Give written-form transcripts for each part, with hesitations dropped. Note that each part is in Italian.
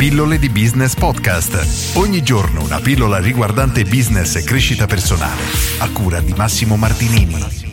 Pillole di Business Podcast. Ogni giorno una pillola riguardante business e crescita personale. A cura di Massimo Martinini.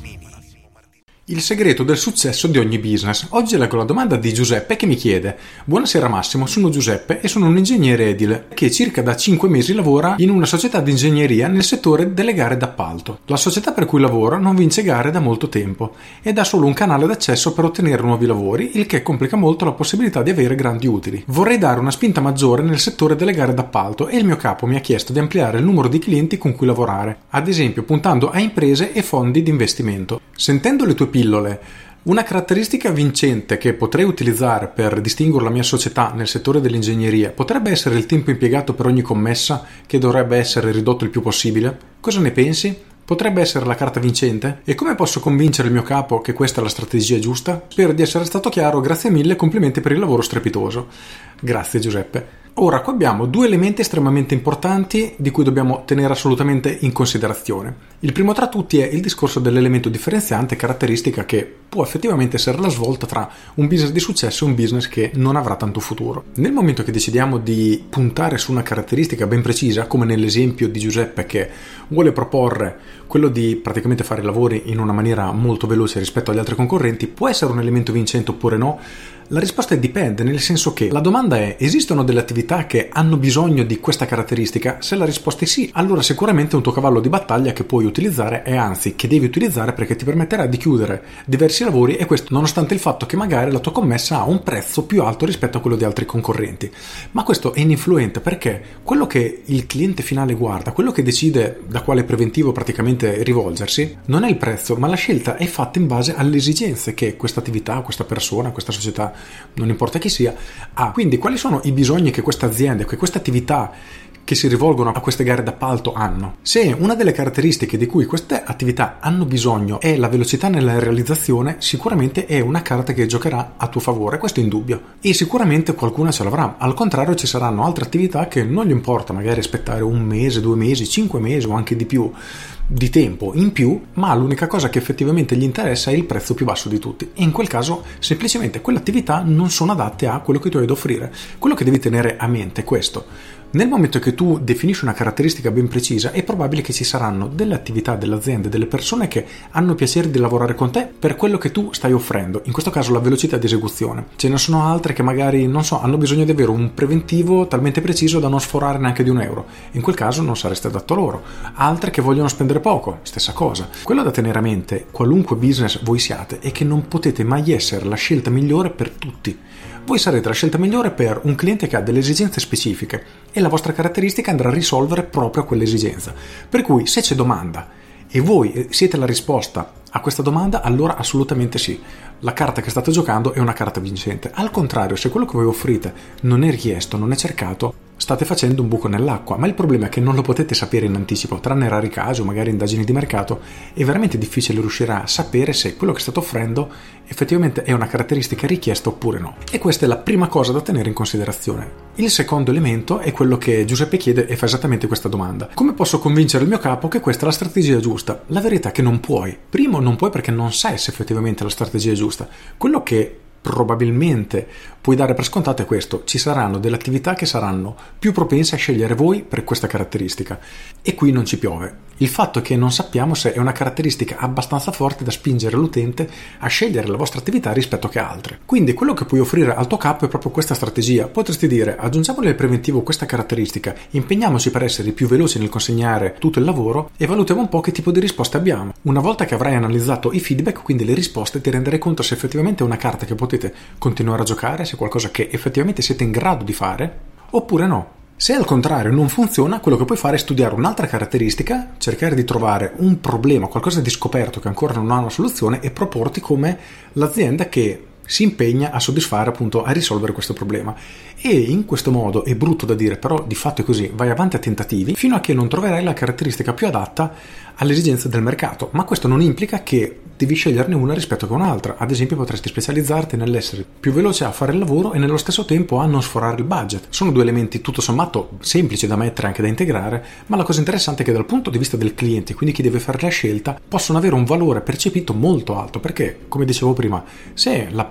Il segreto del successo di ogni business. Oggi leggo la domanda di Giuseppe che mi chiede: buonasera Massimo, sono Giuseppe e sono un ingegnere edile che circa da 5 mesi lavora in una società di ingegneria nel settore delle gare d'appalto. La società per cui lavoro non vince gare da molto tempo ed ha solo un canale d'accesso per ottenere nuovi lavori, il che complica molto la possibilità di avere grandi utili. Vorrei dare una spinta maggiore nel settore delle gare d'appalto e il mio capo mi ha chiesto di ampliare il numero di clienti con cui lavorare, ad esempio puntando a imprese e fondi di investimento. Sentendo le tue pillole, una caratteristica vincente che potrei utilizzare per distinguere la mia società nel settore dell'ingegneria potrebbe essere il tempo impiegato per ogni commessa, che dovrebbe essere ridotto il più possibile. Cosa ne pensi? Potrebbe essere la carta vincente? E come posso convincere il mio capo che questa è la strategia giusta? Spero di essere stato chiaro, grazie mille, complimenti per il lavoro strepitoso. Grazie Giuseppe. Ora, qua abbiamo due elementi estremamente importanti di cui dobbiamo tenere assolutamente in considerazione. Il primo tra tutti è il discorso dell'elemento differenziante, caratteristica che può effettivamente essere la svolta tra un business di successo e un business che non avrà tanto futuro. Nel momento che decidiamo di puntare su una caratteristica ben precisa, come nell'esempio di Giuseppe che vuole proporre quello di praticamente fare i lavori in una maniera molto veloce rispetto agli altri concorrenti, può essere un elemento vincente oppure no? La risposta è dipende, nel senso che la domanda è: esistono delle attività che hanno bisogno di questa caratteristica? Se la risposta è sì, allora sicuramente è un tuo cavallo di battaglia che puoi utilizzare e anzi che devi utilizzare, perché ti permetterà di chiudere diversi lavori, e questo nonostante il fatto che magari la tua commessa ha un prezzo più alto rispetto a quello di altri concorrenti. Ma questo è ininfluente, perché quello che il cliente finale guarda, quello che decide da quale preventivo praticamente rivolgersi, non è il prezzo, ma la scelta è fatta in base alle esigenze che questa attività, questa persona, questa società, non importa chi sia, ha. Quindi quali sono i bisogni che questa azienda, che queste attività che si rivolgono a queste gare d'appalto hanno? Se una delle caratteristiche di cui queste attività hanno bisogno è la velocità nella realizzazione, sicuramente è una carta che giocherà a tuo favore, questo è indubbio, e sicuramente qualcuna ce l'avrà. Al contrario, ci saranno altre attività che non gli importa magari aspettare 1 mese, 2 mesi, 5 mesi o anche di più di tempo in più, ma l'unica cosa che effettivamente gli interessa è il prezzo più basso di tutti, e in quel caso semplicemente quelle attività non sono adatte a quello che tu hai da offrire. Quello che devi tenere a mente è questo: nel momento che tu definisci una caratteristica ben precisa, è probabile che ci saranno delle attività, delle aziende, delle persone che hanno piacere di lavorare con te per quello che tu stai offrendo, in questo caso la velocità di esecuzione. Ce ne sono altre che magari, non so, hanno bisogno di avere un preventivo talmente preciso da non sforare neanche di €1. In quel caso non saresti adatto a loro. Altre che vogliono spendere poco, stessa cosa. Quello da tenere a mente, qualunque business voi siate, è che non potete mai essere la scelta migliore per tutti. Voi sarete la scelta migliore per un cliente che ha delle esigenze specifiche e la vostra caratteristica andrà a risolvere proprio quell'esigenza. Per cui se c'è domanda e voi siete la risposta a questa domanda, allora assolutamente sì, la carta che state giocando è una carta vincente. Al contrario, se quello che voi offrite non è richiesto, non è cercato, state facendo un buco nell'acqua. Ma il problema è che non lo potete sapere in anticipo, tranne rari casi o magari indagini di mercato. È veramente difficile riuscire a sapere se quello che state offrendo effettivamente è una caratteristica richiesta oppure no. E questa è la prima cosa da tenere in considerazione. Il secondo elemento è quello che Giuseppe chiede e fa esattamente questa domanda: come posso convincere il mio capo che questa è la strategia giusta? La verità è che non puoi. Primo, non puoi perché non sai se effettivamente è la strategia giusta. Quello che probabilmente puoi dare per scontato è questo: ci saranno delle attività che saranno più propense a scegliere voi per questa caratteristica, e qui non ci piove. Il fatto è che non sappiamo se è una caratteristica abbastanza forte da spingere l'utente a scegliere la vostra attività rispetto che altre. Quindi quello che puoi offrire al tuo capo è proprio questa strategia. Potresti dire: aggiungiamo nel preventivo questa caratteristica, impegniamoci per essere più veloci nel consegnare tutto il lavoro e valutiamo un po' che tipo di risposte abbiamo. Una volta che avrai analizzato i feedback, quindi le risposte, ti renderai conto se effettivamente è una carta che potete continuare a giocare, se è qualcosa che effettivamente siete in grado di fare oppure no. Se al contrario non funziona, quello che puoi fare è studiare un'altra caratteristica, cercare di trovare un problema, qualcosa di scoperto che ancora non ha una soluzione, e proporti come l'azienda che si impegna a soddisfare, appunto, a risolvere questo problema. E in questo modo, è brutto da dire, però di fatto è così, vai avanti a tentativi fino a che non troverai la caratteristica più adatta alle esigenze del mercato. Ma questo non implica che devi sceglierne una rispetto a un'altra. Ad esempio, potresti specializzarti nell'essere più veloce a fare il lavoro e nello stesso tempo a non sforare il budget. Sono due elementi tutto sommato semplici da mettere, anche da integrare, ma la cosa interessante è che dal punto di vista del cliente, quindi chi deve fare la scelta, possono avere un valore percepito molto alto, perché, come dicevo prima, se la persona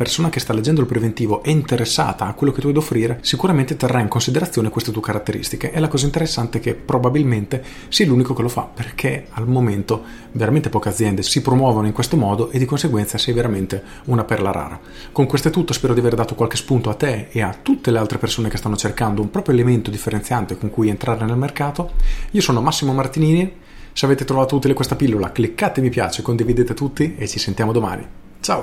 persona che sta leggendo il preventivo è interessata a quello che tu hai da offrire, sicuramente terrà in considerazione queste tue caratteristiche. E la cosa interessante è che probabilmente sei l'unico che lo fa, perché al momento veramente poche aziende si promuovono in questo modo e di conseguenza sei veramente una perla rara. Con questo è tutto, spero di aver dato qualche spunto a te e a tutte le altre persone che stanno cercando un proprio elemento differenziante con cui entrare nel mercato. Io sono Massimo Martinini. Se avete trovato utile questa pillola, cliccate mi piace, condividete tutti e ci sentiamo domani. Ciao!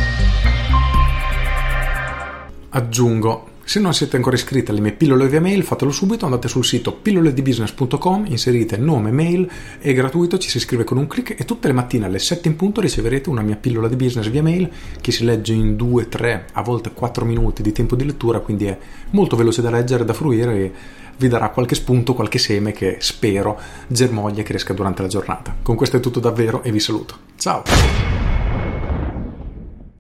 Aggiungo, se non siete ancora iscritti alle mie pillole via mail, fatelo subito, andate sul sito pilloledibusiness.com, inserite nome, mail, è gratuito, ci si iscrive con un click e tutte le mattine alle 7 in punto riceverete una mia pillola di business via mail che si legge in 2, 3, a volte 4 minuti di tempo di lettura, quindi è molto veloce da leggere, da fruire e vi darà qualche spunto, qualche seme che spero germoglia e cresca durante la giornata. Con questo è tutto davvero e vi saluto. Ciao!